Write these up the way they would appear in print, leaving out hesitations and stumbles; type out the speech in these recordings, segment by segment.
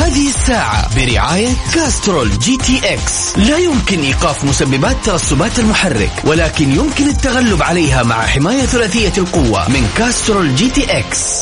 هذه الساعة برعاية كاسترول جي تي اكس. لا يمكن إيقاف مسببات ترسبات المحرك، ولكن يمكن التغلب عليها مع حماية ثلاثية القوة من كاسترول جي تي اكس.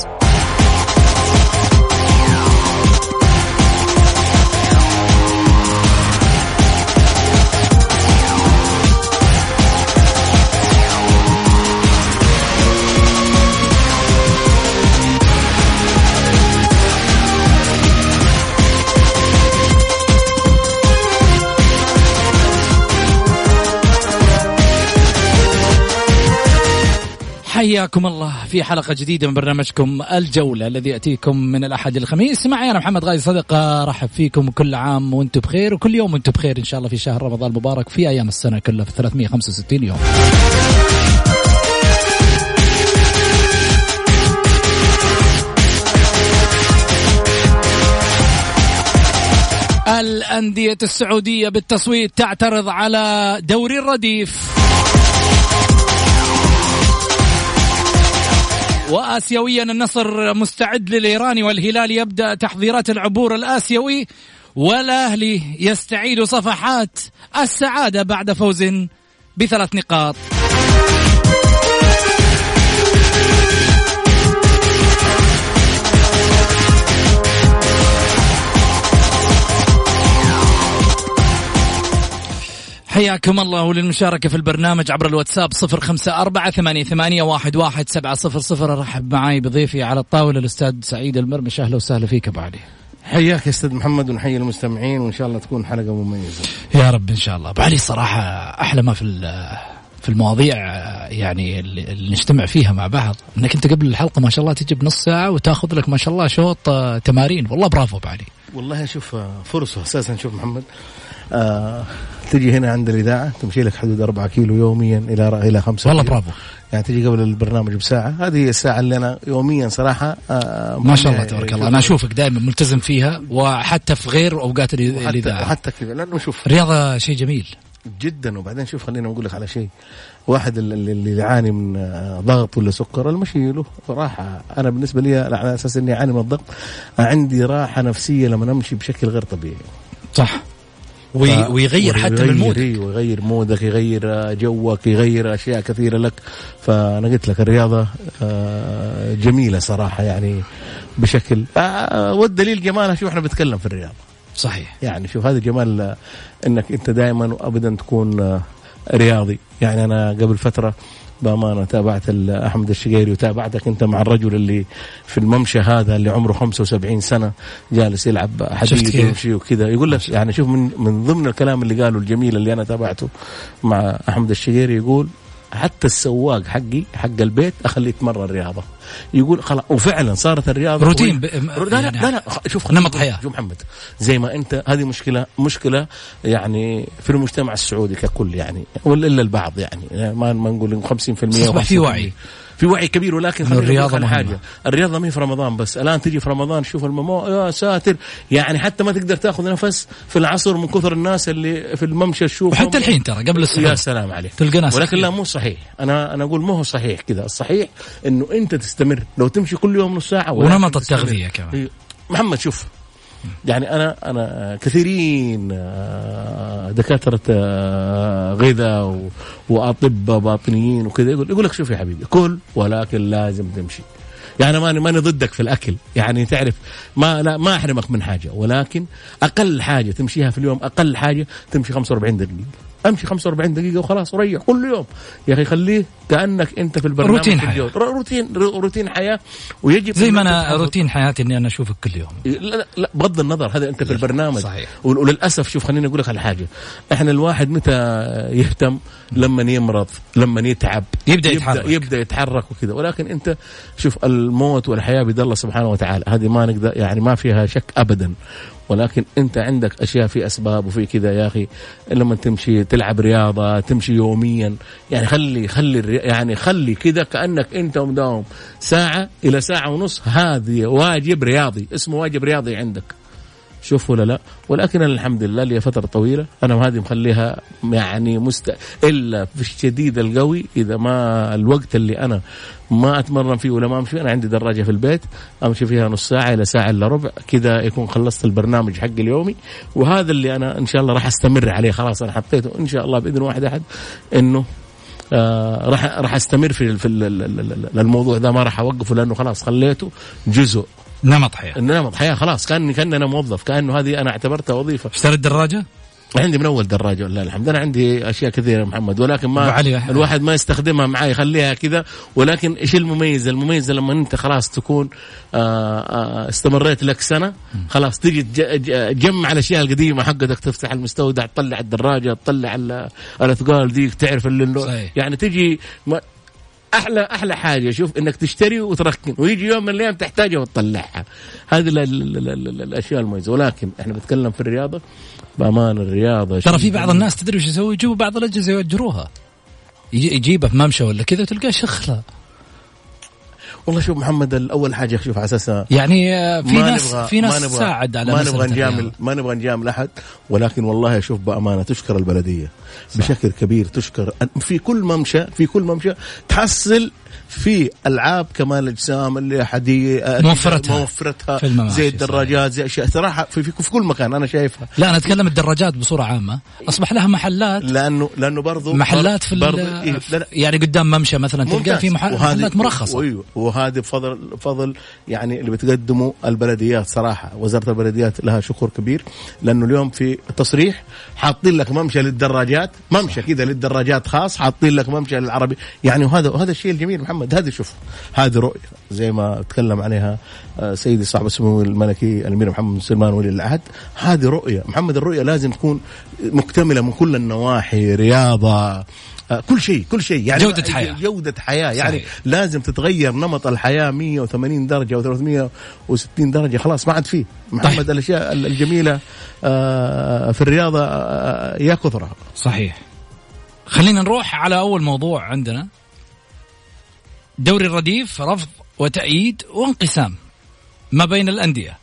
حياكم الله في حلقة جديدة من برنامجكم الجولة الذي يأتيكم من الأحد الخميس. معي أنا محمد غازي صدقة. رحب فيكم كل عام وانتم بخير، وكل يوم وانتم بخير إن شاء الله في شهر رمضان المبارك، في أيام السنة كلها، في 365 يوم. الأندية السعودية بالتصويت تعترض على دوري الرديف. وآسيويا النصر مستعد للإيراني، والهلال يبدأ تحضيرات العبور الآسيوي، والأهلي يستعيد صفحات السعادة بعد فوز ب3 نقاط. حياكم الله. وللمشاركة في البرنامج عبر الواتساب 0548811700. رحب معي بضيفي على الطاولة الأستاذ سعيد المرمش. أهلا وسهلا فيك أبو علي. حياك يا أستاذ محمد، ونحيي المستمعين، وإن شاء الله تكون حلقة مميزة يا رب إن شاء الله. أبو علي صراحة أحلى ما في المواضيع يعني اللي نجتمع فيها مع بعض، إنك أنت قبل الحلقة ما شاء الله تجي بنص ساعة وتأخذ لك ما شاء الله شوط تمارين. والله برافو أبو علي. والله شوف فرصة أساسا. شوف محمد، تجي هنا عند الإذاعة تمشي لك حدود 4 كيلو يوميا إلى 5. والله برافو. يعني تجي قبل البرنامج بساعة، هذه هي الساعة اللي أنا يوميا صراحة ما شاء الله تبارك الله. أنا أشوفك دائما ملتزم فيها، وحتى في غير أوقات الإذاعة. وحتى كذا، لأنه شوف الرياضة شيء جميل جدا. وبعدين شوف، خلينا نقول لك على شيء. واحد اللي يعاني من ضغط ولا سكر، المشي له راحة. أنا بالنسبة لي على أساس إني أعاني من الضغط، عندي راحة نفسية لما نمشي بشكل غير طبيعي. صح. ويغير حتى من مودك، ويغير مودك، يغير جوك، يغير أشياء كثيرة لك. فأنا قلت لك الرياضة جميلة صراحة، يعني بشكل والدليل جمالها. شو احنا بنتكلم في الرياضة صحيح. يعني شوف هذا جمال انك انت دائما وابدا تكون رياضي. يعني انا قبل فترة بأمانة تابعت أحمد الشقيري، وتابعتك أنت مع الرجل اللي في الممشى هذا اللي عمره 75 سنة جالس يلعب حديد ويمشي وكذا. يقول لك يعني شوف من ضمن الكلام اللي قاله الجميل اللي أنا تابعته مع أحمد الشقيري، يقول حتى السواق حقي حق البيت أخليه يتمرن رياضة. يقول خلاص، وفعلا صارت الرياضة روتين لا شوف نمط حياة. شوف محمد، زي ما أنت، هذه مشكلة يعني في المجتمع السعودي ككل، يعني ولا إلا البعض، يعني ما نقول 50% أصبح في وعي كبير. ولكن الرياضة حاجة، الرياضة ما هي في رمضان بس. الآن تيجي في رمضان شوف يا ساتر، يعني حتى ما تقدر تأخذ نفس في العصر من كثر الناس اللي في الممشى تشوف. وحتى الحين ترى قبل السحور يا سلام عليك تلقى ناس. ولكن لا، مو صحيح. أنا أقول مو صحيح كذا. الصحيح إنه أنت تستمر، لو تمشي كل يوم نص ساعة. ونمط التغذية كمان محمد. شوف يعني أنا كثيرين دكاترة غذاء وأطباء باطنيين وكذا يقول لك شوف يا حبيبي، كل ولكن لازم تمشي. يعني ماني ضدك في الأكل، يعني تعرف ما أحرمك من حاجة، ولكن أقل حاجة تمشيها في اليوم، أقل حاجة تمشي 45 دقيقة. امشي 45 دقيقة وخلاص وريح كل يوم يا أخي. خليه كأنك أنت في البرنامج. روتين حياة. روتين حياة. ويجب زي ما أنا روتين حياتي إني أنا أشوفك كل يوم. لا بغض النظر، هذا أنت في البرنامج. صحيح. وللأسف شوف، خليني أقول لك على حاجة. إحنا الواحد متى يهتم؟ لما يمرض، لما يتعب، يبدأ يتحرك وكذا. ولكن أنت شوف، الموت والحياة بيد الله سبحانه وتعالى، هذه ما نقدر يعني ما فيها شك أبدا. ولكن أنت عندك أشياء في أسباب وفي كذا يا أخي. لما تمشي تلعب رياضة، تمشي يوميا، يعني خلي كذا كأنك أنت مداوم ساعة إلى ساعة ونص. هذه واجب رياضي، اسمه واجب رياضي عندك. شوف ولا لا. ولكن الحمد لله لي فترة طويلة أنا هذه مخليها يعني إلا في الشديد القوي إذا ما الوقت اللي أنا ما أتمرن فيه ولا ما أمشي، أنا عندي دراجة في البيت أمشي فيها نص ساعة إلى ساعة إلا ربع كذا يكون خلصت البرنامج حق اليومي. وهذا اللي أنا إن شاء الله راح أستمر عليه، خلاص أنا حطيته إن شاء الله بإذن واحد أحد إنه راح أستمر في الموضوع ده، ما راح أوقفه لأنه خلاص خليته جزء نمط حياة خلاص. كأني أنا موظف، كأنه هذه أنا اعتبرتها وظيفة. اشتريت دراجة؟ عندي من أول دراجة والله الحمد. أنا عندي أشياء كثيرة محمد، ولكن ما الواحد ما يستخدمها معي، يخليها كذا. ولكن إيش المميز لما أنت خلاص تكون استمريت لك سنة، خلاص تيجي تجمع الأشياء القديمة حقتك، تفتح المستودع، تطلع الدراجة، تطلع الأثقال ديك، تعرف اللي يعني تيجي أحلى حاجة. شوف إنك تشتري وتركن ويجي يوم من الأيام تحتاجها وتطلعها. هذه الأشياء المميزة. ولكن إحنا بنتكلم في الرياضة بأمان. الرياضة ترى في بعض الناس تدري وش يسوي؟ يجيبوا بعض الأجهزة يوجروها، يجيبها في ممشى ولا كذا تلقاه شخلة. والله شوف محمد، الأول حاجة شوف على أساسها يعني في ناس تساعد على ما نبغى نجامل أحد، ولكن والله شوف بأمانة تشكر البلدية صح. بشكل كبير تشكر. في كل ممشى تحصل في ألعاب كمال الأجسام اللي حدية موفرتها زي الدراجات زي أشياء صراحة في كل مكان أنا شايفها. لا أنا أتكلم الدراجات بصورة عامة أصبح لها محلات، لأنه برضو محلات في يعني قدام ممشى مثلا تلقى في محلات مرخصة. وهذه بفضل يعني اللي بتقدمه البلديات صراحة. وزارة البلديات لها شكر كبير، لأنه اليوم في تصريح حاطين لك ممشى للدراجات، ممشى كذا للدراجات خاص، حاطين لك ممشى للعربي يعني. وهذا الشيء الجميل محمد. هذه شوف هذه رؤية زي ما تكلم عليها سيدي صاحب السمو الملكي الأمير محمد بن سلمان ولي العهد. هذه رؤية محمد. الرؤية لازم تكون مكتملة من كل النواحي، رياضة، كل شيء يعني جودة حياة يعني صحيح. لازم تتغير نمط الحياة 180 درجة أو 360 درجة، خلاص ما عاد فيه محمد. طيب. الأشياء الجميلة في الرياضة يا كثرة. صحيح. خلينا نروح على أول موضوع عندنا، دوري الرديف، رفض وتأييد وانقسام ما بين الأندية.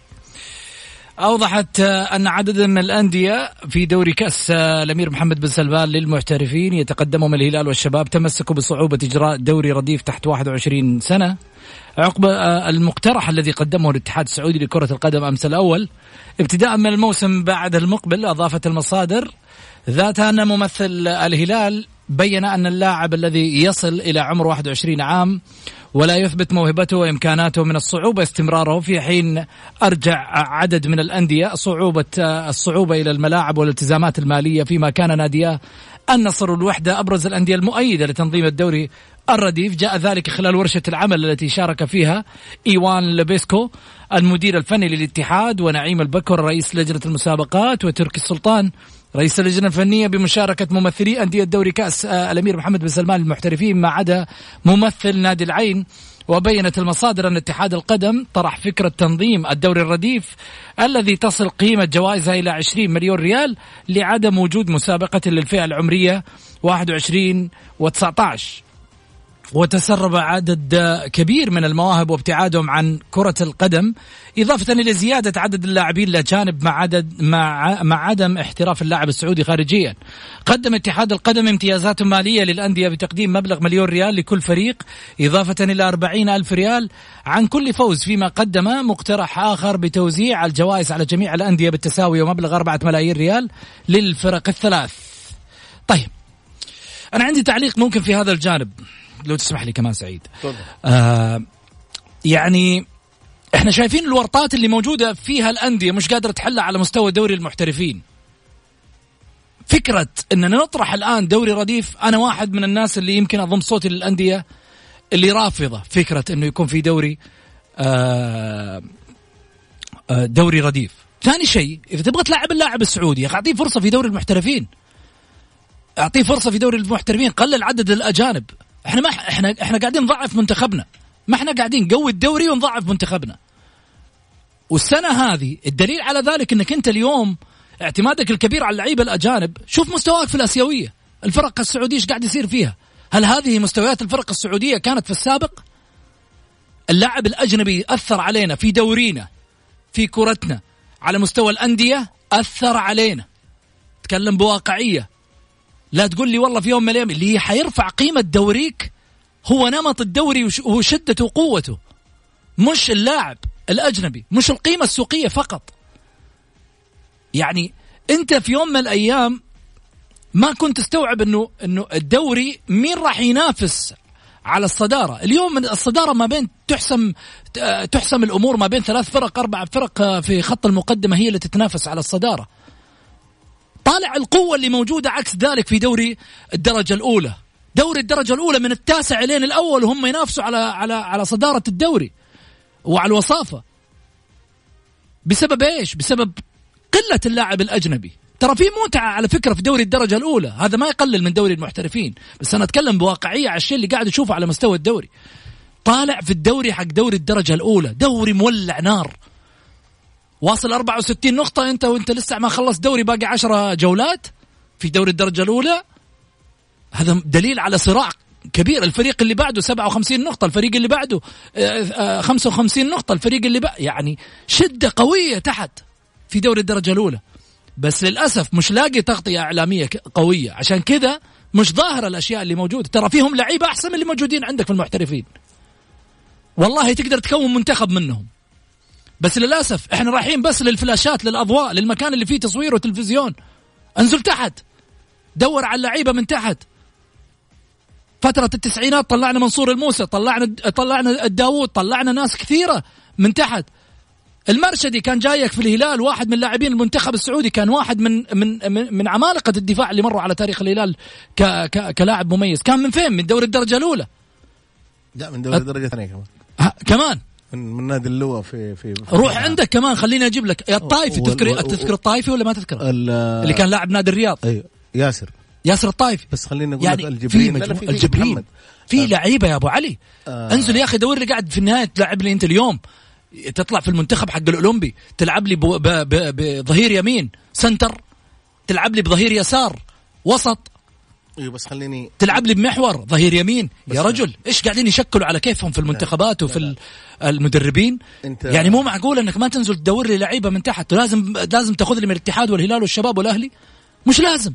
أوضحت أن عدد من الأندية في دوري كأس الأمير محمد بن سلمان للمحترفين يتقدمهم الهلال والشباب تمسكوا بصعوبة إجراء دوري رديف تحت 21 سنة عقب المقترح الذي قدمه الاتحاد السعودي لكرة القدم أمس الأول ابتداء من الموسم بعد المقبل. أضافت المصادر ذاتها أن ممثل الهلال بيّن أن اللاعب الذي يصل إلى عمر 21 عام ولا يثبت موهبته وإمكاناته من الصعوبة استمراره، في حين أرجع عدد من الأندية الصعوبة إلى الملاعب والالتزامات المالية، فيما كان نادياه النصر والوحدة أبرز الأندية المؤيدة لتنظيم الدوري الرديف. جاء ذلك خلال ورشة العمل التي شارك فيها إيوان لبيسكو المدير الفني للاتحاد، ونعيم البكر رئيس لجنة المسابقات، وتركي السلطان رئيس اللجنة الفنية، بمشاركة ممثلي أندية دوري كأس الأمير محمد بن سلمان للمحترفين ما عدا ممثل نادي العين. وبينت المصادر أن اتحاد القدم طرح فكرة تنظيم الدوري الرديف الذي تصل قيمة جوائزها إلى 20 مليون ريال لعدم وجود مسابقة للفئة العمرية 21 و19. وتسرب عدد كبير من المواهب وابتعادهم عن كرة القدم، إضافة إلى زيادة عدد اللاعبين لجانب مع عدم احتراف اللاعب السعودي خارجيا. قدم اتحاد القدم امتيازات مالية للأندية بتقديم مبلغ 1,000,000 ريال لكل فريق، إضافة إلى 40,000 ريال عن كل فوز، فيما قدم مقترح آخر بتوزيع الجوائز على جميع الأندية بالتساوي ومبلغ 4 ملايين ريال للفرق الثلاث. طيب أنا عندي تعليق ممكن في هذا الجانب لو تسمح لي كمان سعيد. يعني احنا شايفين الورطات اللي موجودة فيها الأندية مش قادرة تحلها على مستوى دوري المحترفين. فكرة أننا نطرح الآن دوري رديف، أنا واحد من الناس اللي يمكن أضم صوتي للأندية اللي رافضة فكرة أنه يكون في دوري رديف. ثاني شيء، إذا تبغى تلعب اللاعب السعودي أعطيه فرصة في دوري المحترفين، أعطيه فرصة في دوري المحترفين، قلل عدد الأجانب. احنا قاعدين نضعف منتخبنا، ما احنا قاعدين نقوي الدوري ونضعف منتخبنا. والسنة هذه الدليل على ذلك انك انت اليوم اعتمادك الكبير على اللعيبة الأجانب. شوف مستواك في الآسيوية، الفرق السعودية ايش قاعد يصير فيها؟ هل هذه مستويات الفرق السعودية كانت في السابق؟ اللاعب الأجنبي أثر علينا في دورينا، في كرتنا، على مستوى الأندية أثر علينا. تكلم بواقعية، لا تقول لي والله في يوم من الأيام اللي حيرفع قيمة دوريك هو نمط الدوري وشدته وقوته، مش اللاعب الأجنبي، مش القيمة السوقية فقط. يعني أنت في يوم من الأيام ما كنت تستوعب إنه الدوري مين راح ينافس على الصدارة. اليوم الصدارة ما بين تحسم الأمور ما بين 3 فرق 4 فرق في خط المقدمة هي اللي تتنافس على الصدارة. طالع القوة اللي موجودة عكس ذلك في دوري الدرجة الأولى. دوري الدرجة الأولى من التاسع لين الأول وهم ينافسوا على صدارة الدوري وعلى الوصافة. بسبب إيش؟ بسبب قلة اللاعب الأجنبي. ترى في متعة على فكرة في دوري الدرجة الأولى، هذا ما يقلل من دوري المحترفين، بس أنا أتكلم بواقعية على الشيء اللي قاعد أشوفه على مستوى الدوري. طالع في الدوري حق دوري الدرجة الأولى دوري مولع نار، واصل 64 نقطة وانت لسه ما خلص دوري، باقي 10 جولات في دوري الدرجة الأولى. هذا دليل على صراع كبير. الفريق اللي بعده 57 نقطة، الفريق اللي بعده 55 نقطة، الفريق اللي بعده يعني شدة قوية تحت في دوري الدرجة الأولى. بس للأسف مش لاقي تغطية إعلامية قوية، عشان كذا مش ظاهرة الأشياء اللي موجودة. ترى فيهم لعيبة أحسن من اللي موجودين عندك في المحترفين، والله تقدر تكون منتخب منهم. بس للأسف احنا رايحين بس للفلاشات، للأضواء، للمكان اللي فيه تصوير وتلفزيون. انزل تحت، دور على اللعيبة من تحت. فترة التسعينات طلعنا منصور الموسى، طلعنا الداوود، طلعنا ناس كثيرة من تحت. المرشدي كان جايك في الهلال، واحد من لاعبين المنتخب السعودي، كان واحد من عمالقة الدفاع اللي مروا على تاريخ الهلال كلاعب مميز. كان من فين؟ من دوري الدرجة الأولى. لا، من دوري الدرجة الثانية كمان من نادي اللواء في روح عندك كمان. خليني اجيب لك الطائفي. تذكر الطائفي ولا ما تذكر؟ اللي كان لاعب نادي الرياض. ايوه، ياسر الطائفي. بس خلينا نقول يعني لك الجبرين في لعيبه يا ابو علي. انزل يا اخي دور لي قاعد في النهايه تلعب لي انت اليوم، تطلع في المنتخب حق الاولمبي تلعب لي بظهير يمين سنتر، تلعب لي بظهير يسار وسط. ايوه بس خليني تلعب لي بمحور ظهير يمين. يا رجل ايش قاعدين يشكلوا على كيفهم في المنتخبات وفي المدربين. يعني مو معقول انك ما تنزل تدور لي لعيبه من تحت. لازم تاخذ لي من الاتحاد والهلال والشباب والاهلي، مش لازم.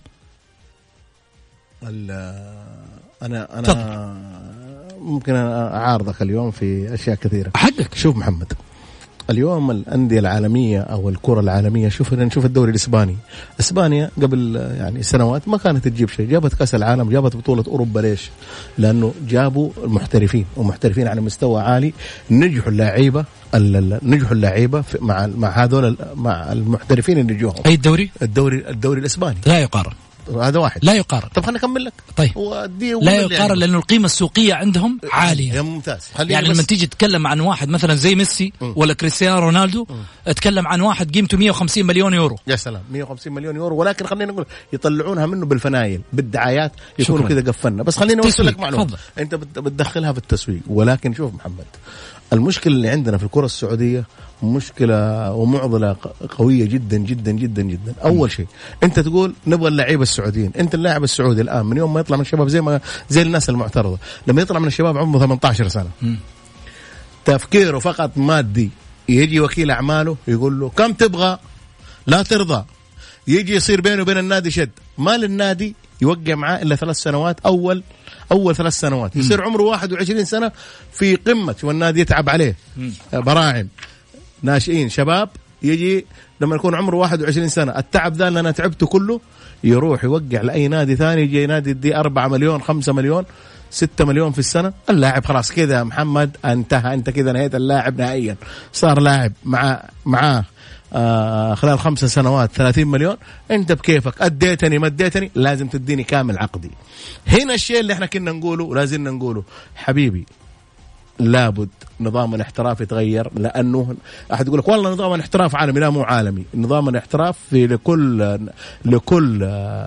انا فضل. ممكن اعارضك اليوم في اشياء كثيره. حقك. شوف محمد، اليوم الأندية العالمية أو الكرة العالمية، نشوف الدوري الإسباني. إسبانيا قبل يعني سنوات ما كانت تجيب شيء، جابت كأس العالم، جابت بطولة أوروبا. ليش؟ لأنه جابوا المحترفين، ومحترفين على مستوى عالي. نجحوا اللعيبة مع هذول، مع المحترفين اللي جوهم. أي الدوري الإسباني لا يقارن. هذا واحد لا يقارن. طب خلينا نكمل لك. طيب لا يقارن لأنه القيمة السوقية عندهم عالية. يا ممتاز. يعني لما تيجي تتكلم عن واحد مثلا زي ميسي ولا كريستيانو رونالدو، اتكلم عن واحد قيمته 150 مليون يورو. يا سلام، 150 مليون يورو. ولكن خلينا نقول يطلعونها منه بالفنايل، بالدعايات، يكونوا كذا قفلنا. بس خليني أوصل لك معلومة، أنت بتدخلها في التسويق. ولكن شوف محمد، المشكلة اللي عندنا في الكرة السعودية مشكلة ومعضلة قوية جدا جدا جدا جدا. أول شيء أنت تقول نبغى اللعيبة السعوديين. أنت اللاعب السعودي الآن من يوم ما يطلع من الشباب زي الناس المعترضة، لما يطلع من الشباب عمره 18 سنة تفكيره فقط مادي. يجي وكيل أعماله يقول له كم تبغى، لا ترضى، يجي يصير بينه وبين النادي شد. ما للنادي يوقع معاه إلا 3 سنوات. أول 3 سنوات يصير عمره 21 سنة في قمة، والنادي يتعب عليه. براعم ناشئين شباب، يجي لما يكون عمره 21 سنة التعب ذا اللي أنا تعبته كله يروح يوقع لأي نادي ثاني. يجي نادي يدي 4 مليون 5 مليون 6 مليون في السنة. اللاعب خلاص كذا محمد انتهى، انت كذا نهاية اللاعب نهائيا. صار لاعب معاه خلال 5 سنوات 30 مليون. انت بكيفك، اديتني ما اديتني، لازم تديني كامل عقدي. هنا الشيء اللي احنا كنا نقوله ولازلنا نقوله، حبيبي لابد نظام الاحتراف يتغير. لأنه أحد يقول لك والله نظام الاحتراف عالمي، لا مو عالمي. نظام الاحتراف في لكل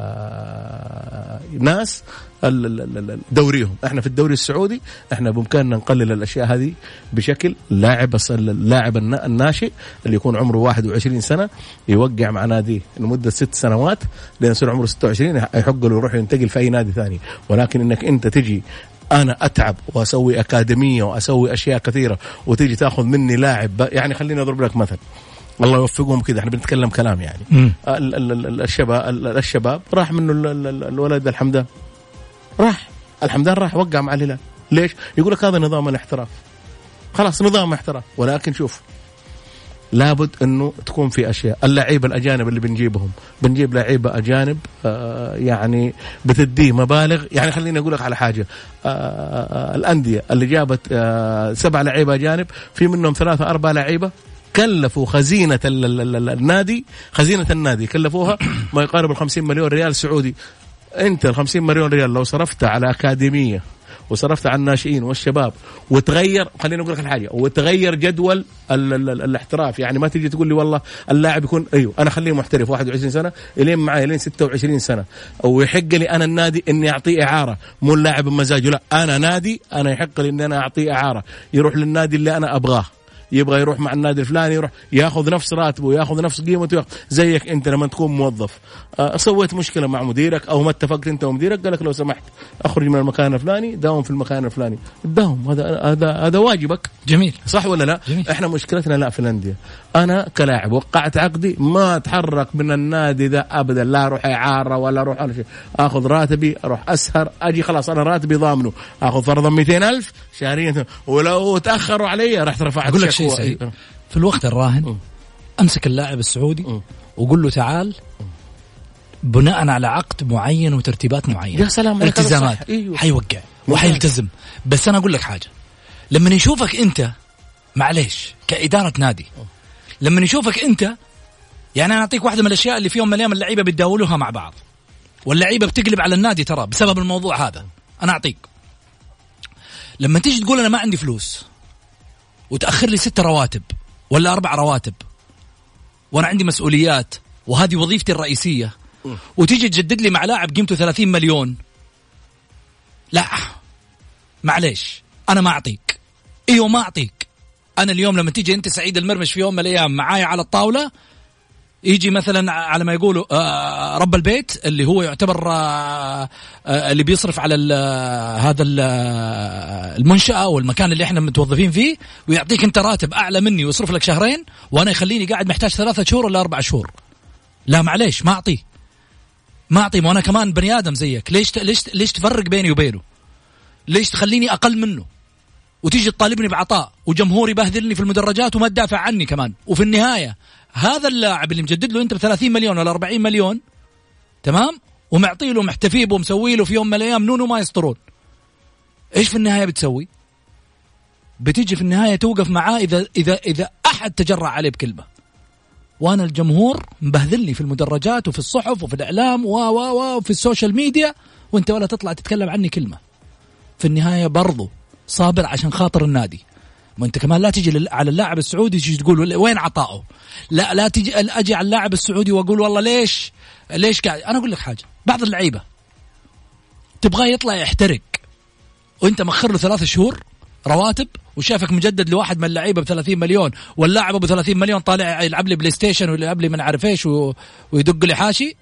ناس دوريهم. احنا في الدوري السعودي احنا بإمكاننا نقلل الأشياء هذه بشكل. اللاعب الناشئ اللي يكون عمره 21 سنة يوقع مع نادي لمدة 6 سنوات لين يصير عمره 26 يحق له يروح ينتقل في أي نادي ثاني. ولكن إنك أنت تجي أنا أتعب وأسوي أكاديمية وأسوي أشياء كثيرة وتيجي تأخذ مني لاعب. يعني خليني أضرب لك مثل، الله يوفقهم كذا. احنا بنتكلم كلام يعني. الشباب راح منه الولد الحمدان، راح وقع مع الهلال. ليش؟ يقول لك هذا نظام الاحتراف، خلاص نظام احتراف. ولكن شوف، لابد انه تكون في اشياء. اللعيبه الاجانب اللي بنجيب لعيبه اجانب يعني بتديه مبالغ. يعني خليني اقول لك على حاجه، الانديه اللي جابت 7 لعيبه اجانب، في منهم 3-4 لعيبه كلفوا خزينه النادي كلفوها ما يقارب 50 مليون ريال سعودي. انت 50 مليون ريال لو صرفتها على اكاديميه وصرفت على الناشئين والشباب وتغير، خليني أقول لك الحاجة، وتغير جدول الاحتراف. يعني ما تيجي تقول لي والله اللاعب يكون أنا خليه محترف 21 سنة إلين معايا إلين 26 سنة، أو يحق لي أنا النادي إني أعطيه إعارة، مو اللاعب بمزاجه، لا أنا نادي أنا يحق لي إني أنا أعطيه إعارة، يروح للنادي اللي أنا أبغاه. يبغى يروح مع النادي الفلاني، يروح ياخذ نفس راتبه، ياخذ نفس قيمته، زيك انت لما تكون موظف سويت مشكله مع مديرك او ما اتفقت انت ومديرك، قال لك لو سمحت اخرج من المكان الفلاني، داوم في المكان الفلاني، داوم. هذا واجبك. جميل، صح ولا لا؟ جميل. احنا مشكلتنا لا في الانديه. انا كلاعب وقعت عقدي، ما اتحرك من النادي ذا ابدا، لا اروح اعاره ولا اروح على شيء، اخذ راتبي اروح اسهر، اجي خلاص انا راتبي ضامنه، اخذ فرضا 200,000 شهريا، ولو تاخروا علي راح ترفع. اقول لك شيء سعيد، في الوقت الراهن امسك اللاعب السعودي وقول له تعال بناء على عقد معين وترتيبات معينه، يا سلام، التزامات، حيوقع وحيلتزم. بس انا اقول لك حاجه، لما يشوفك انت معليش كإدارة نادي، لما يشوفك انت، يعني انا اعطيك واحده من الاشياء اللي فيهم مليان اللعيبه بيتداولوها مع بعض، واللعيبه بتقلب على النادي ترى بسبب الموضوع هذا. انا اعطيك، لما تيجي تقول انا ما عندي فلوس وتأخر لي 6 رواتب ولا 4 رواتب وانا عندي مسؤوليات وهذه وظيفتي الرئيسية، وتيجي تجدد لي مع لاعب قيمته 30 مليون، لا معليش انا ما اعطيك. ايوه ما اعطيك. انا اليوم لما تيجي انت سعيد المرمش في يوم من الايام معايا على الطاولة، يجي مثلا على ما يقولوا رب البيت اللي هو يعتبر اللي بيصرف على هذا المنشأة والمكان اللي احنا متوظفين فيه، ويعطيك انت راتب اعلى مني ويصرف لك شهرين، وانا يخليني قاعد محتاج 3 شهور ولا 4 شهور. لا معليش ما اعطيه، وانا كمان بني ادم زيك. ليش تفرق بيني وبينه؟ ليش تخليني اقل منه وتيجي تطالبني بعطاء وجمهوري بهذلني في المدرجات وما تدافع عني كمان؟ وفي النهاية هذا اللاعب اللي مجدد له انت ب30 مليون ولا 40 مليون، تمام، ومعطي له محتفي به ومسوي له في يوم من الايام نونو ما يسطرون، ايش في النهاية بتسوي؟ بتيجي في النهاية توقف معاه اذا احد تجرأ عليه بكلمة، وانا الجمهور مبهذلني في المدرجات وفي الصحف وفي الاعلام وفي السوشيال ميديا، وانت ولا تطلع تتكلم عني كلمة. في النهاية برضو صابر عشان خاطر النادي. ما انت كمان لا تيجي على اللاعب السعودي تيجي تقول وين عطاؤه، لا تيجي اجي على اللاعب السعودي واقول والله ليش قاعد. انا اقول لك حاجه، بعض اللعيبه تبغاه يطلع يحترق وانت مخر له 3 شهور رواتب، وشافك مجدد لواحد من اللعيبه ب30 مليون، واللاعب ابو 30 مليون طالع يلعب لي بلاي ستيشن ويلعب لي من عارف ايش ويدق لي حاشي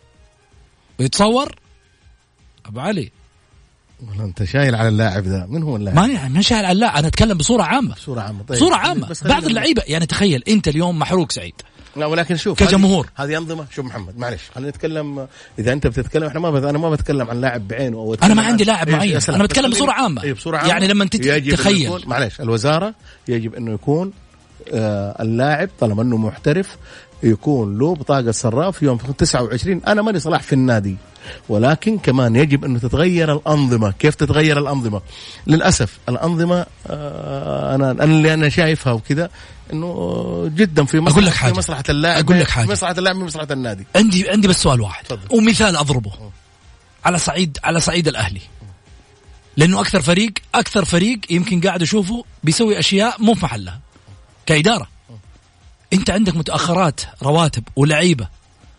ويتصور. ابو علي والله انت شايل على اللاعب ذا. من هو اللاعب؟ ما شايل على اللاعب، انا اتكلم بصوره عامه. طيب. صوره عامه. بعض اللعيبه يعني تخيل انت اليوم محروق سعيد. لا ولكن شوف كجمهور هذه انظمه. شوف محمد معلش خلينا نتكلم، اذا انت بتتكلم احنا انا ما بتكلم عن لاعب بعينه او انا ما عندي لاعب معين، انا بتكلم بصوره عامه. بصورة عامة. يعني لما انت تخيل معلش الوزاره يجب انه يكون اللاعب طالما انه محترف يكون له بطاقه صراف يوم 29. انا ماني صلاح في النادي، ولكن كمان يجب أنه تتغير الأنظمة. كيف تتغير الأنظمة؟ للأسف الأنظمة اللي أنا شايفها وكذا إنه جدا في مصلحة اللاعب. أقول لك حاجة، مصلحة اللاعب من مصلحة النادي. عندي بس سؤال واحد فضل. ومثال أضربه على صعيد الأهلي، لأنه أكثر فريق يمكن قاعد أشوفه بيسوي أشياء مو في محلها كإدارة. أنت عندك متأخرات رواتب ولعيبة،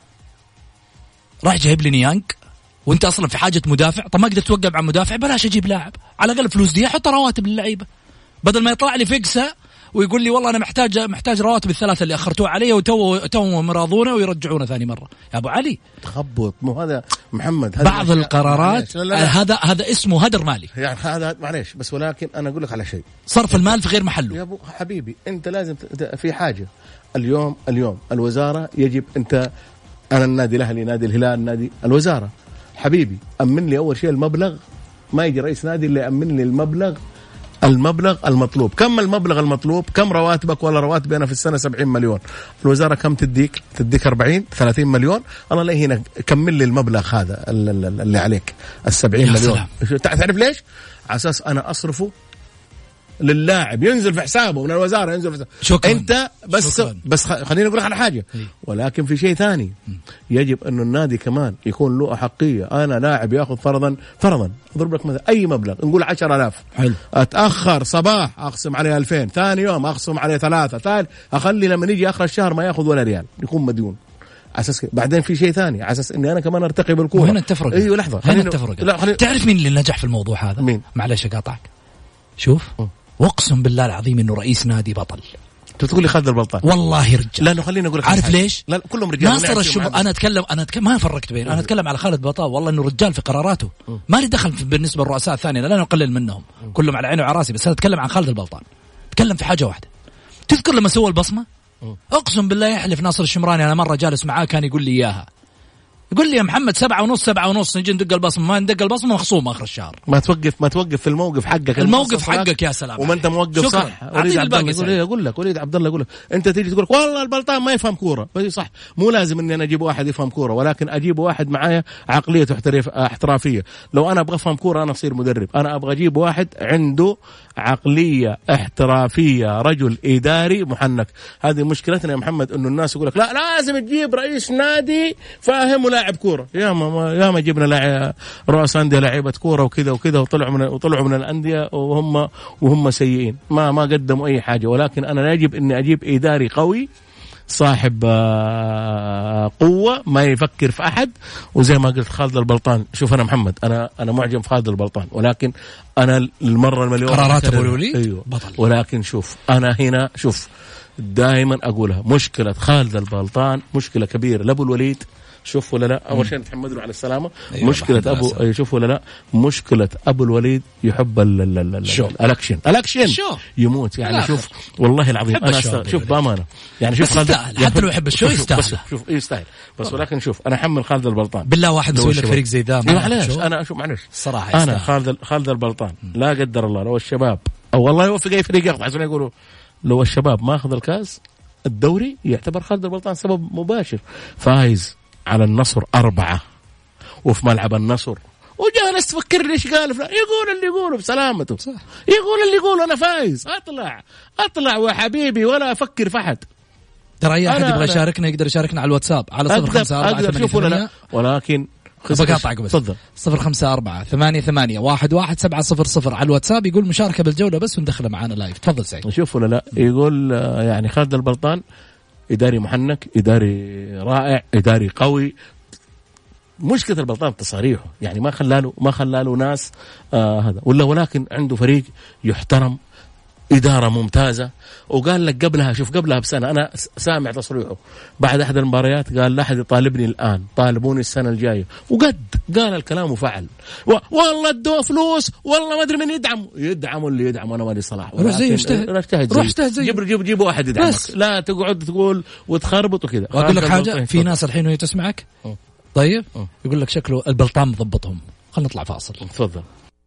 راح جايب لي نيانج وانت اصلا في حاجه مدافع. طب ما اقدر توقف عن مدافع، بلاش اجيب لاعب، على الاقل فلوس دي احط رواتب للعيبه، بدل ما يطلع لي فيكسه ويقول لي والله انا محتاج رواتب ال3 اللي اخرتوه علي وتو مراضونه ويرجعونه ثاني مره. يا ابو علي تخبط، مو هذا محمد. بعض القرارات هذا اسمه هدر مالي يعني. هذا معليش بس، ولكن انا اقول لك على شيء، صرف المال في غير محله. يا ابو حبيبي انت لازم في حاجه، اليوم الوزارة يجب أنت، أنا النادي الأهلي، نادي الهلال، نادي الوزارة حبيبي أمن لي أول شيء المبلغ. ما يجي رئيس نادي اللي يأمن لي المبلغ المطلوب. كم المبلغ المطلوب؟ كم رواتبك؟ ولا رواتبي أنا في السنة 70 مليون، الوزارة كم تديك 40-30 مليون. الله لا هنا كمل لي المبلغ هذا اللي عليك 70 مليون. تعرف ليش؟ على أساس أنا أصرفه للاعب ينزل في حسابه من الوزارة، ينزل في حسابه. شكرا. انت بس خليني اقول لك على حاجه، ولكن في شيء ثاني يجب انه النادي كمان يكون له احقيه. انا لاعب ياخذ فرضا اضرب لك مثلا اي مبلغ، نقول 10,000، حلو، اتاخر صباح اقسم عليه 2000، ثاني يوم اقسم عليه 3، ثالث اخلي لما يجي اخر الشهر ما ياخذ ولا ريال، يكون مديون. اساس بعدين في شيء ثاني، على اساس اني انا كمان ارتقي بالكوره. وهنا التفرق. ايوه لحظه، هنا التفرق. تعرف مين اللي نجح في الموضوع هذا؟ مين؟ معلش اقاطعك. شوف واقسم بالله العظيم انه رئيس نادي بطل. تقول لي خالد البلطان؟ والله رجال. لا خليني اقول لك، عارف ليش؟ لا كلهم رجال. ناصر الشمر. انا اتكلم ما فرقت بين، انا اتكلم على خالد بلطان. والله انه رجال في قراراته، ما لي دخل بالنسبه للرؤساء الثانيين، لا نقلل منهم، كلهم على عيني وعلى راسي، بس انا اتكلم عن خالد البلطان. اتكلم في حاجه واحده، تذكر لما سوى البصمه؟ اقسم بالله يحلف ناصر الشمراني، انا مره جالس معاه كان يقول لي اياها، يقول لي يا محمد 7:30 نجي ندق البصمه، ما ندق البصمه مخصوم اخر الشهر. ما توقف في الموقف حقك، الموقف حقك يا سلام. وما انت موقف صح. وليد عبد الله يقول لك انت تيجي تقول والله البلطان ما يفهم كوره، صح، مو لازم اني انا اجيب واحد يفهم كوره، ولكن اجيب واحد معايا عقليه احترافيه. لو انا ابغى افهم كوره انا اصير مدرب، انا ابغى اجيب واحد عنده عقليه احترافيه، رجل اداري محنك. هذه مشكلتنا يا محمد، انه الناس يقول لك لا لازم تجيب رئيس نادي فاهم ولاعب كوره. يا ما جبنا رؤساء انديه لاعيبه كوره وكذا وطلعوا من الانديه وهم سيئين، ما قدموا اي حاجه. ولكن انا يجب اني اجيب اداري قوي صاحب قوة، ما يفكر في أحد. وزي ما قلت خالد البلطان، شوف أنا محمد، أنا معجب في خالد البلطان، ولكن أنا المرة المليون قرارات أبو الوليد أيوه بطل. ولكن شوف أنا هنا، شوف دائما أقولها، مشكلة خالد البلطان مشكلة كبيرة لأبو الوليد. شوف ولا لا، أول شيء نتحمد له على السلامة. أيوة مشكلة أبو شوف ولا لا، مشكلة أبو الوليد يحب الأكشن يموت يعني. شوف والله العظيم أنا شوف بأمانة يعني، شوف خالد حتى لو يحب الشو شوف يستاهل. بس ولكن شوف أنا أحمل خالد البلطان بالله، واحد مسوي لك فريق زي ذا. معلش أنا شوف معلش صراحة، أنا خالد البلطان لا قدر الله لو الشباب أو والله يوفق أي فريق ياخذ، عشان يقولوا لو الشباب ما أخذ الكاس الدوري يعتبر خالد البلطان سبب مباشر. فايز على النصر 4 وفي ملعب النصر، وجالس تفكر ليش قال فلان، يقول اللي يقوله بسلامته، صح. يقول اللي يقوله أنا فايز، أطلع وحبيبي ولا أفكر في أحد. ترى أي أحد يبغى يشاركنا يقدر يشاركنا على الواتساب على 054888. ولكن بقاطعك بس 054888111700 على الواتساب. يقول مشاركة بالجولة بس وندخله معانا لايف. تفضل سعيد. شوف ولا لا، يقول يعني خالد البلطان إداري محنك، إداري رائع، إداري قوي. مشكلة البلطان تصاريحه يعني ما خلاله ناس هذا ولا، ولكن عنده فريق يحترم، إدارة ممتازة. وقال لك قبلها بسنة أنا سامع تصريحه بعد أحد المباريات، قال لا أحد يطالبني الآن، طالبوني السنة الجاية. وقد قال الكلام وفعل. والله ادوه فلوس، والله ما أدري من يدعموا اللي يدعم. أنا مالي صلاح، روح اجتهد زي جيب واحد يدعمك، لا تقعد تقول وتخربط وكذا. أقول لك حاجة، في ناس الحين وهي تسمعك طيب يقول لك شكله البلطان مضبطهم. خلينا نطلع فاصل. تفضل.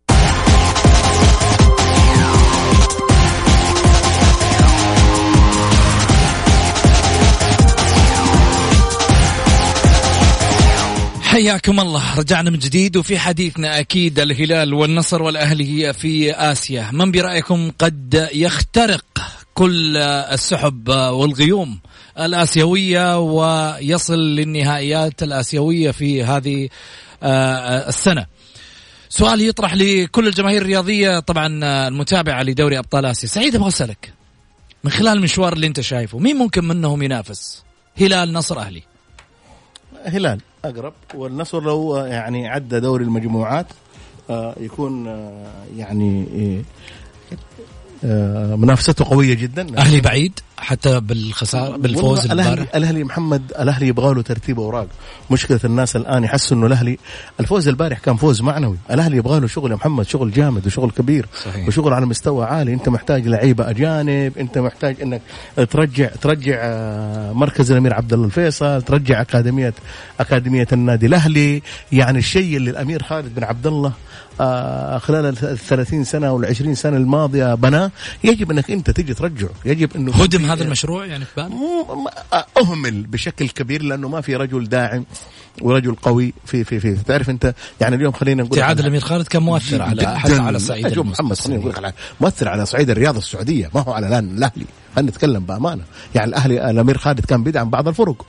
حياكم الله، رجعنا من جديد وفي حديثنا أكيد الهلال والنصر والأهلي في آسيا. من برأيكم قد يخترق كل السحب والغيوم الآسيوية ويصل للنهائيات الآسيوية في هذه السنة؟ سؤال يطرح لكل الجماهير الرياضية طبعا المتابعة لدوري أبطال آسيا. سعيد أبغى أسألك من خلال المشوار اللي أنت شايفه، مين ممكن منهم ينافس؟ هلال، نصر، أهلي؟ هلال أقرب، والنصر لو يعني عدى دوري المجموعات يكون يعني منافسته قوية جدا. أهلي بعيد، حتى بالخسارة بالفوز الأهلي محمد، الأهلي يبغى له ترتيب أوراق. مشكلة الناس الآن يحسوا إنه الأهلي الفوز البارح كان فوز معنوي. الأهلي يبغى له شغل يا محمد، شغل جامد وشغل كبير. صحيح. وشغل على مستوى عالي. أنت محتاج لعيبة أجانب، أنت محتاج إنك ترجع مركز الأمير عبد الله الفيصل، ترجع أكاديمية النادي الأهلي. يعني الشيء اللي الأمير خالد بن عبد الله خلال 30 سنة ولا 20 سنة الماضية بناه، يجب أنك أنت تيجي ترجعه. يجب أنه هدم هذا المشروع يعني في بالك؟ أهمل بشكل كبير لأنه ما في رجل داعم ورجل قوي في تعرف أنت. يعني اليوم خلينا نقول ابتعاد الأمير خالد كان مؤثر على صعيد محمد، خلينا نقول لك مؤثر على صعيد الرياضة السعودية، ما هو على الأهلي. خلينا نتكلم بأمانة. يعني الأهلي الأمير خالد كان بيدعم بعض الفرق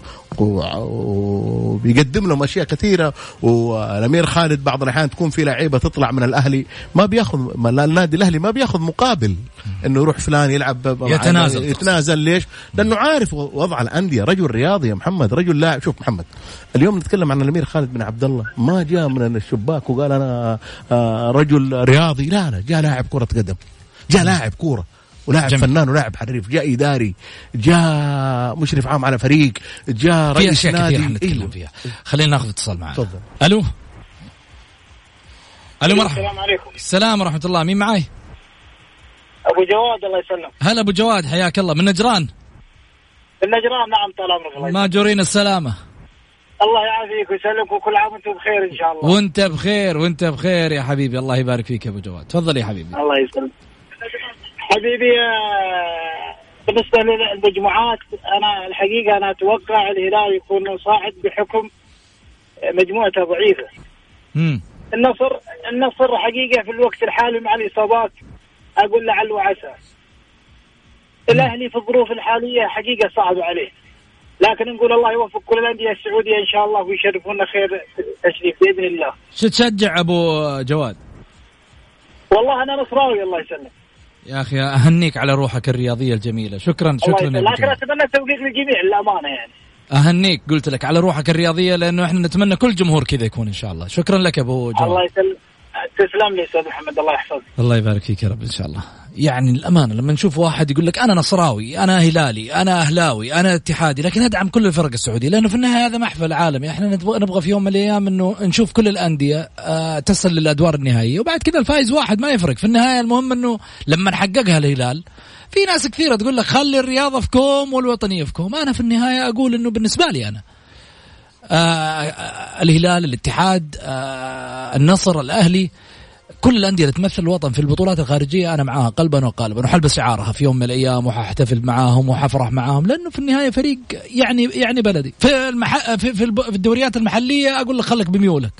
وبيقدم لهم أشياء كثيرة، والأمير خالد بعض الأحيان تكون في لعيبة تطلع من الأهلي ما بياخذ، النادي الأهلي ما بياخذ مقابل إنه يروح فلان يلعب، يتنازل. ليش؟ لأنه عارف وضع الأندية. رجل رياضي يا محمد، رجل لاعب. شوف محمد، اليوم نتكلم عن الأمير خالد بن عبد الله، ما جاء من الشباك وقال أنا رجل رياضي، لا جاء لاعب كرة قدم، جاء لاعب كورة ولاعب فنان ولاعب حريف، جاء إداري، جاء مشرف عام على فريق، جاء رئيس نادي. نتكلم فيها. خلينا ناخذ اتصال معنا. تفضل. ألو مرحبا. السلام عليكم. السلام ورحمة الله. مين معاي؟ أبو جواد. الله يسلم. هلا أبو جواد، حياك الله. من نجران؟ من نجران. نعم طال عمرك. الله ما جورين السلامة. الله يعافيك ويسلمك وكل عام وانتم بخير إن شاء الله. وانت بخير يا حبيبي. الله يبارك فيك يا أبو جواد. تفضل يا حبيبي. الله يسلمك حبيبي. بالنسبة للمجموعات، أنا الحقيقة أنا أتوقع الهلال يكون صاعد بحكم مجموعته ضعيفة. النصر حقيقة في الوقت الحالي مع الإصابات أقول لعل وعسى. الأهلي في الظروف الحالية حقيقة صعب عليه، لكن نقول الله يوفق كل الأندية السعودية إن شاء الله ويشرفونا خير تشريف بإذن الله. شو تشجع أبو جواد؟ والله أنا نصراوي. الله يسلمك يا أخي، أهنيك على روحك الرياضية الجميلة. شكرا. لكن أتمنى التوفيق للجميع للأمانة. يعني أهنيك، قلت لك على روحك الرياضية، لأنه إحنا نتمنى كل جمهور كذا يكون إن شاء الله. شكرا لك أبو جواد. الله يسلم. تسلم لي أستاذ محمد، الله يحفظك. الله يبارك فيك يا رب إن شاء الله. يعني الأمانة لما نشوف واحد يقول لك أنا نصراوي، أنا هلالي، أنا أهلاوي، أنا اتحادي، لكن أدعم كل الفرق السعودية، لأنه في النهاية هذا محفل عالمي. إحنا نبغى في يوم من الأيام إنه نشوف كل الأندية تصل للأدوار النهائية، وبعد كذا الفائز واحد ما يفرق. في النهاية المهم إنه لما نحققها الهلال. في ناس كثيرة تقول لك خلي الرياضة في كوم والوطنية في كوم. أنا في النهاية أقول إنه بالنسبة لي أنا الهلال، الاتحاد، النصر، الأهلي، كل الأندية اللي تمثل الوطن في البطولات الخارجية أنا معاها قلبا وقالبا، وحلبس شعارها في يوم من الأيام وححتفل معاهم وحفرح معاهم، لأنه في النهاية فريق يعني بلدي. في الدوريات المحلية أقول لك خلك بميولك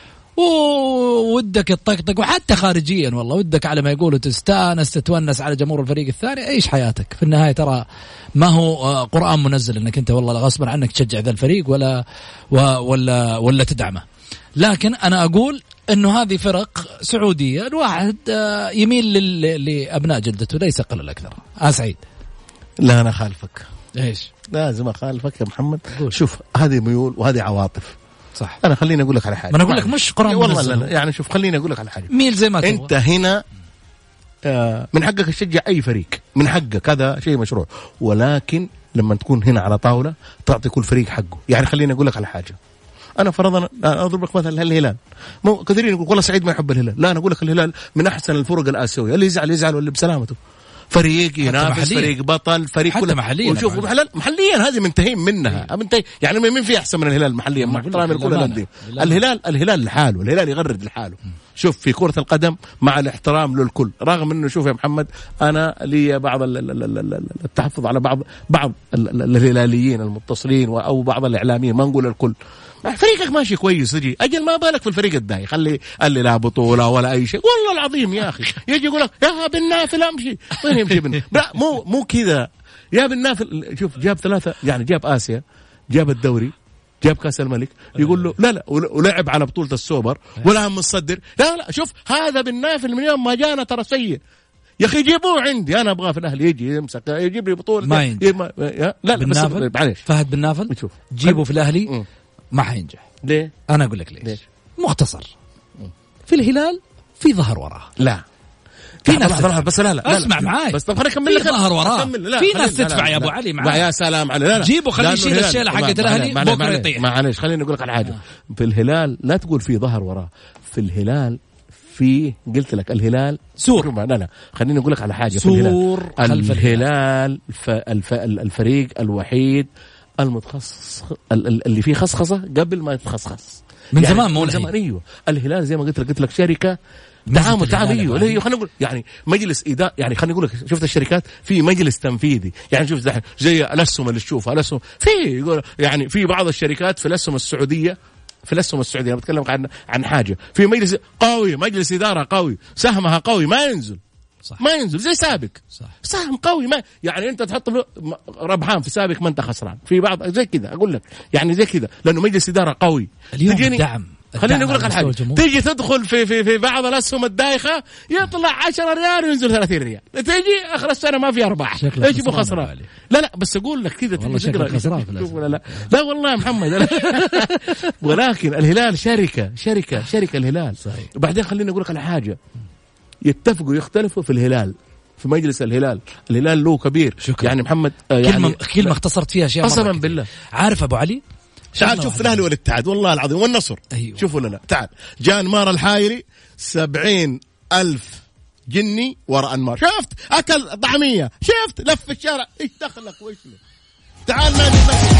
وودك الطقطق، وحتى خارجيا والله ودك على ما يقولوا تستانس تتونس على جمهور الفريق الثاني. عيش حياتك. في النهاية ترى ما هو قرآن منزل انك انت والله غصبا عنك تشجع ذا الفريق ولا تدعمه. لكن انا اقول انه هذه فرق سعودية، الواحد يميل لابناء جلدته ليس قليل اكثر. سعيد. لا انا خالفك. ايش؟ لازم اخالفك يا محمد. شوف، هذه ميول وهذه عواطف. صح. انا خليني اقول لك على حاجه. ما انا اقول لك مش قرآن والله لا. يعني شوف، خليني اقول لك على حاجه. ميل زي ما انت هنا من حقك تشجع اي فريق، من حقك، هذا شيء مشروع. ولكن لما تكون هنا على طاوله تعطي كل فريق حقه. يعني خليني اقول لك على حاجه. انا فرضنا اضرب لك مثلا الهلال. مو كثيرين يقول والله سعيد ما يحب الهلال. لا، انا اقول لك الهلال من احسن الفرق الاسيويه. اللي يزعل واللي بسلامته. فريق ينافس، فريق بطل، فريق حتى محليا. وشوف محليا هذه منتهين منها. يعني مين في احسن من الهلال محليا مع احترامي لكل الانديه؟ الهلال لحاله، الهلال يغرد لحاله. شوف في كرة القدم مع الاحترام للكل، رغم انه شوف يا محمد انا لي بعض التحفظ على بعض الهلاليين المتصلين او بعض الاعلاميين، ما نقول الكل. فريقك ماشي كويس، تجي اجل ما بالك في الفريق الداعي، خلي اللي لا بطوله ولا اي شيء. والله العظيم يا اخي يجي يقول لك يا بن نافل امشي. وين يمشي بن؟ لا مو كذا يا بن نافل. شوف جاب 3، يعني جاب اسيا، جاب الدوري، جاب كاس الملك، يقول له لا ولعب على بطولة السوبر ولا مصدر. لا شوف هذا بن نافل من يوم ما جانا ترى سيء يا اخي. جيبوه عندي انا، ابغاه في الاهلي يجي يمسك يجيب لي بطولة. لا بس معليش فهد بن نافل جيبه في الاهلي ما حينجح. ليه؟ انا اقول لك ليش. مختصر، في الهلال في ظهر وراه. لا في ناس بس لا اسمع معاي بس طب خليني اكمل لك ظهر وراه في ناس تدفع يا ابو علي معاي يا سلام على لا جيبوا خليه يشيل الشيله حقت الاهلي بكره يطيح. معلش خليني اقول لك على حاجه. في الهلال لا تقول في ظهر وراه. في الهلال في قلت لك الهلال سور. لا خليني اقول لك على حاجه. سور في الهلال الفريق الوحيد المتخصص اللي فيه خصخصه قبل ما يتخصص من يعني زمان. من زمان. ايوه الهلال زي ما قلت لك شركه تعامل ايوه خلينا نقول يعني مجلس اداره. يعني خلينا نقول لك شفت الشركات في مجلس تنفيذي. يعني شوف زي الاسهم اللي تشوفها الاسهم في يقول يعني في بعض الشركات في الاسهم السعوديه انا بتكلم عن حاجه في مجلس قوي مجلس اداره قوي سهمها قوي ما ينزل صح. ما ينزل زي سابق صح. سهم قوي ما يعني انت تحط ربحان في سابق ما انت خسران في بعض زي كذا اقول لك يعني زي كذا لانه مجلس اداره قوي. اليوم الدعم خليني اقول لك على حاجه تيجي تدخل في بعض الاسهم الدايخه يطلع 10 ريال وينزل 30 ريال تيجي اخر السنه ما في ارباح ايش يبغى خسران. لا بس اقول لك كذا تيجي تقرا لا والله محمد ولكن الهلال شركه الهلال صحيح. وبعدين خليني اقول لك على حاجه يتفقوا يختلفوا في الهلال في مجلس الهلال له كبير. شكرا. يعني محمد كلمه اختصرت فيها اشياء قسما بالله. عارف ابو علي تعال شوف الاهلي والاتحاد والله العظيم والنصر. أيوة. شوفوا لنا تعال جاء انمار الحايري 70,000 جني وراء انمار شفت اكل طعميه شفت لف الشارع ايش دخلك وايش له تعال نادي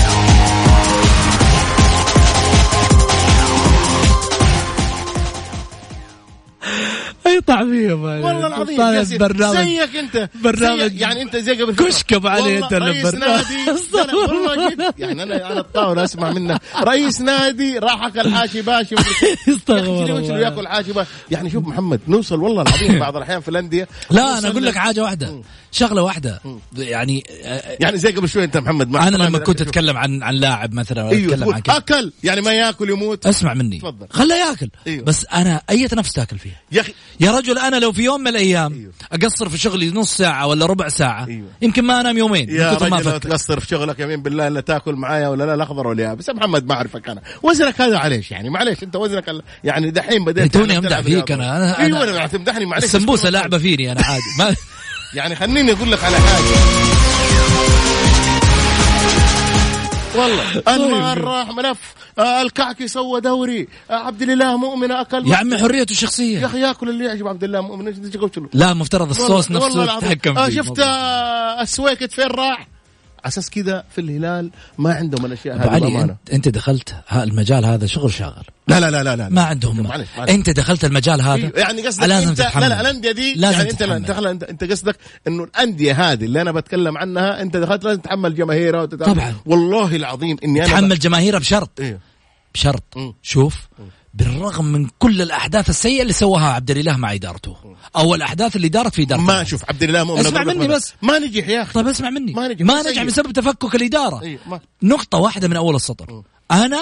اي طعمية والله العظيم زيك انت برنامج يعني انت زي قبل كشك ابو علي انت رئيس نادي والله جد يعني انا الطاوله اسمع منه رئيس نادي راح اكل حاشي باشي استغفر ياكل حاشي باشي. يعني شوف محمد نوصل والله العظيم بعض الاحيان في الانديه. لا انا اقول لك حاجه واحده شغله واحده يعني زي قبل شوي انت محمد انا لما كنت اتكلم عن لاعب مثلا ولا اتكلم عن اكل يعني ما ياكل يموت اسمع مني خله ياكل. بس انا اي نفس تاكل فيها يا رجل. أنا لو في يوم من الأيام أقصر في شغلي نص ساعة ولا ربع ساعة يمكن ما أنام يومين. يا رجل لو تقصر في شغلك يمين بالله إلا تأكل معايا ولا لا الأخضر ولا يا بس محمد ما أعرفك أنا وزنك هذا عليش يعني معليش أنت وزنك يعني دحين بدأت توني أمدح فيك أنا أيوة تمدحني معليش السمبوسة لعبة فيني أنا عادي ما يعني خليني أقول لك على حاجة والله أنمار راح ملف الكعكي سوى دوري عبد الله مؤمن أكل يا عمي حريته الشخصية يا أخي يأكل اللي يعجب عبد الله مؤمن لا مفترض الصوص نفسه يتحكم فيه. شفت السويكت فين راح أساس كذا في الهلال ما عندهم الأشياء هذه. علي أنت دخلت المجال هذا شغل شاغل. لا ما عندهم معلش. أنت دخلت المجال هذا يعني قصدك لازم تتحمل. لا الأندية دي يعني أنت قصدك إنه الأندية هذه اللي أنا بتكلم عنها أنت دخلت لازم تتحمل جماهيرها طبعا والله العظيم إني أنا تحمل جماهيرها بشرط بشرط شوف بالرغم من كل الأحداث السيئة اللي سواها عبد الإله مع إدارته أو الأحداث اللي دارت في إدارته ما شوف عبد الإله مؤمن اسمع مني بس ما نجح يا أخي. طيب اسمع مني ما نجح بسبب تفكك الإدارة. نقطة واحدة من أول السطر. أنا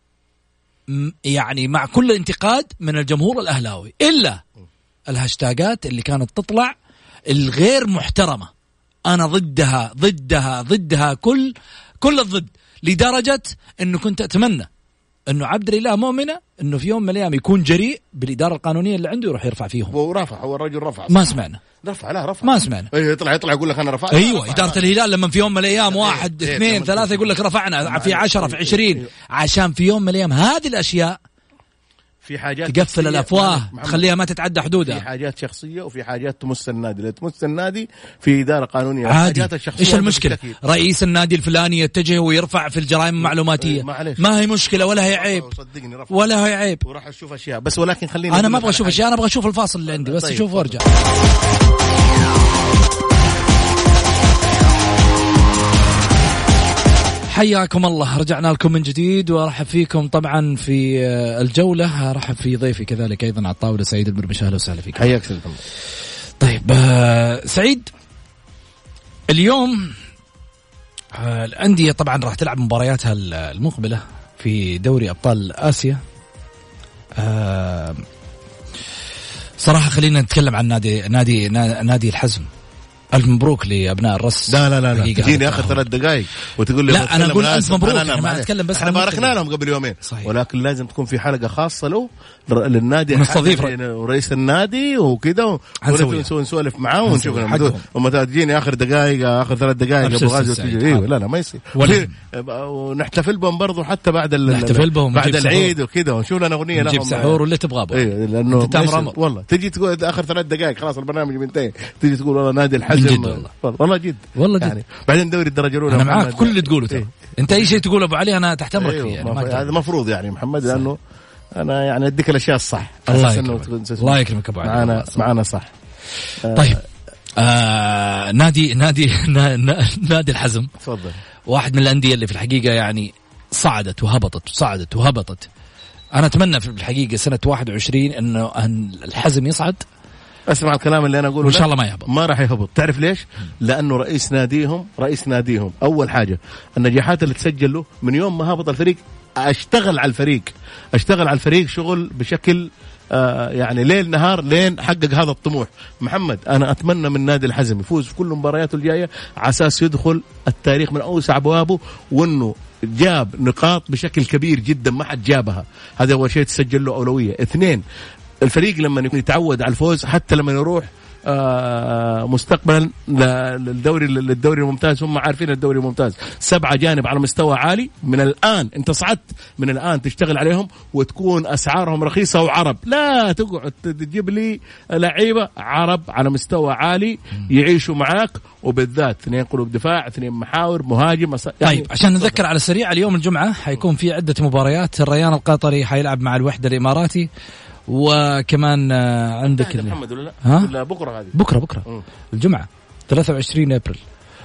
يعني مع كل انتقاد من الجمهور الأهلاوي إلا الهاشتاجات اللي كانت تطلع الغير محترمة أنا ضدها كل الضد لدرجة أنه كنت أتمنى انه عبد الإله مؤمنة انه في يوم من الايام يكون جريء بالاداره القانونيه اللي عنده يروح يرفع فيهم. هو الرجل رفع ما سمعنا رفع ما سمعنا. يطلع يقول لك انا رفعت. ايوه اداره الهلال لما في يوم من الايام 1 2 3 يقول لك رفعنا في 10 في 20 عشان في يوم من الايام هذه الاشياء في حاجات تقفل الافواه تخليها ما تتعدى حدودها. في حاجات شخصيه وفي حاجات تمس النادي اللي تمس النادي في اداره قانونيه. عادي. ايش المشكله رئيس النادي الفلاني يتجه ويرفع في الجرائم المعلوماتيه ما هي مشكله ولا هي عيب ولا هي عيب وراح اشوف اشياء بس ولكن خليني انا ما ابغى اشوف اشياء انا ابغى اشوف الفاصل اللي عندي بس اشوف وارجع. حياكم الله رجعنا لكم من جديد وارحب فيكم طبعا في الجولة. ارحب في ضيفي كذلك ايضا على الطاولة سعيد المرمش. اهلا وسهلا فيك. حياك سيدنا. طيب سعيد اليوم الأندية طبعا راح تلعب مبارياتها المقبلة في دوري أبطال آسيا. صراحة خلينا نتكلم عن نادي الحزم ألف مبروك لأبناء الرس. لا تجيني آخر 3 دقائق وتقول لي لا أنا أقول ألف مبروك. أنا ما أتكلم بس احنا باركنا لهم قبل يومين صحيح. ولكن لازم تكون في حلقة خاصة له للنادي نستضيف رئيس النادي وكذا ونسولف معاه ونشوف ومتى تجيني آخر دقائق آخر 3 دقائق أبو غازي ايوه لا ما يصير ونحتفل بهم برضو حتى بعد بعد العيد وكذا ونشوف لنا أغنية لهم نجيب سحور واللي تبغاه لأنه والله تجي تقول آخر 3 دقائق خلاص البرنامج منتهي تيجي تقول والله نادي الحزم والله جد والله بعدين دوري الدرجة الأولى أنا معاك كل اللي تقوله أنت أي شيء تقول أبو علي أنا تحت أمرك فيه هذا مفروض يعني محمد لأنه أنا يعني أديك الأشياء الصح. الله يكرمك أبو علي معنا صح. طيب نادي الحزم تفضل. واحد من الأندية اللي في الحقيقة يعني صعدت وهبطت. أنا أتمنى في الحقيقة سنة 21 إنه الحزم يصعد. اسمع الكلام اللي انا اقوله وان شاء الله ما يهبط. ما راح يهبط. تعرف ليش؟ لانه رئيس ناديهم اول حاجه النجاحات اللي تسجل له من يوم ما هبط الفريق اشتغل على الفريق شغل بشكل يعني ليل نهار لين حقق هذا الطموح. محمد انا اتمنى من نادي الحزم يفوز في كل مبارياته الجايه على اساس يدخل التاريخ من اوسع ابوابه وانه جاب نقاط بشكل كبير جدا ما حد جابها. هذا اول شيء تسجل له اولويه. 2 الفريق لما يتعود على الفوز حتى لما يروح مستقبلا للدوري الممتاز هم عارفين الدوري الممتاز 7 جانب على مستوى عالي. من الآن انت صعدت من الآن تشتغل عليهم وتكون أسعارهم رخيصة وعرب لا تقعد تجيب لي لعيبة عرب على مستوى عالي يعيشوا معاك وبالذات 2 قلوب دفاع 2 محاور مهاجم يعني. طيب عشان نذكر على السريع اليوم الجمعة حيكون في عدة مباريات. الريان القطري حيلعب مع الوحدة الإماراتي وكمان عندك محمد ولا لا بكرة هذه بكرة الجمعة 23 أبريل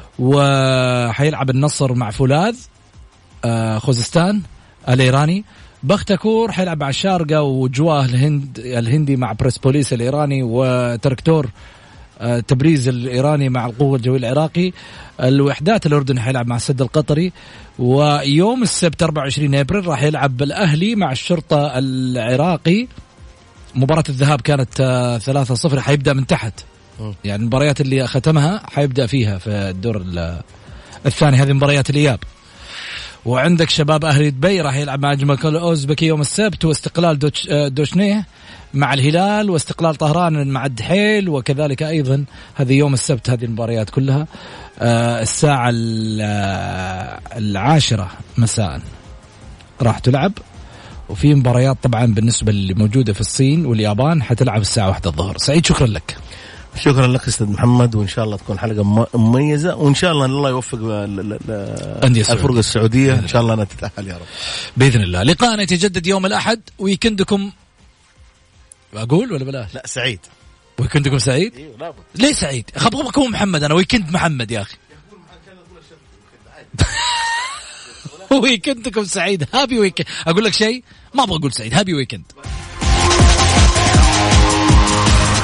وحيلعب النصر مع فولاذ خوزستان الإيراني. بختكور حيلعب مع الشارقة وجواه الهندي مع بريسبوليس الإيراني وتركتور تبريز الإيراني مع القوة الجوية العراقي. الوحدات الأردني حيلعب مع السد القطري. ويوم السبت 24 أبريل راح يلعب الأهلي مع الشرطة العراقي. مباراة الذهاب كانت 3-0 حيبدأ من تحت يعني المباريات اللي ختمها حيبدأ فيها في الدور الثاني. هذه مباريات الإياب. وعندك شباب أهلي دبي راح يلعب مع جمال أوزبكي يوم السبت واستقلال دوشنيه مع الهلال واستقلال طهران مع الدحيل وكذلك أيضا هذه يوم السبت. هذه المباريات كلها الساعة 10 مساء راح تلعب. وفي مباريات طبعا بالنسبة اللي موجودة في الصين واليابان حتلعب الساعة 1 الظهر. سعيد شكرا لك. شكرا لك أستاذ محمد وإن شاء الله تكون حلقة مميزة وإن شاء الله الله يوفق الفرقة السعودية إن شاء الله أنا تتأهل يا رب بإذن الله. لقاءنا يتجدد يوم الأحد. ويكندكم أقول ولا بلاش؟ لا سعيد. ويكندكم سعيد؟ إيه لابد. ليه سعيد؟ خبركم محمد. أنا ويكند محمد يا أخي. ويكندكم سعيد. هابي ويكند. أقول لك شيء ما أبغى أقول سعيد. هابي ويكند.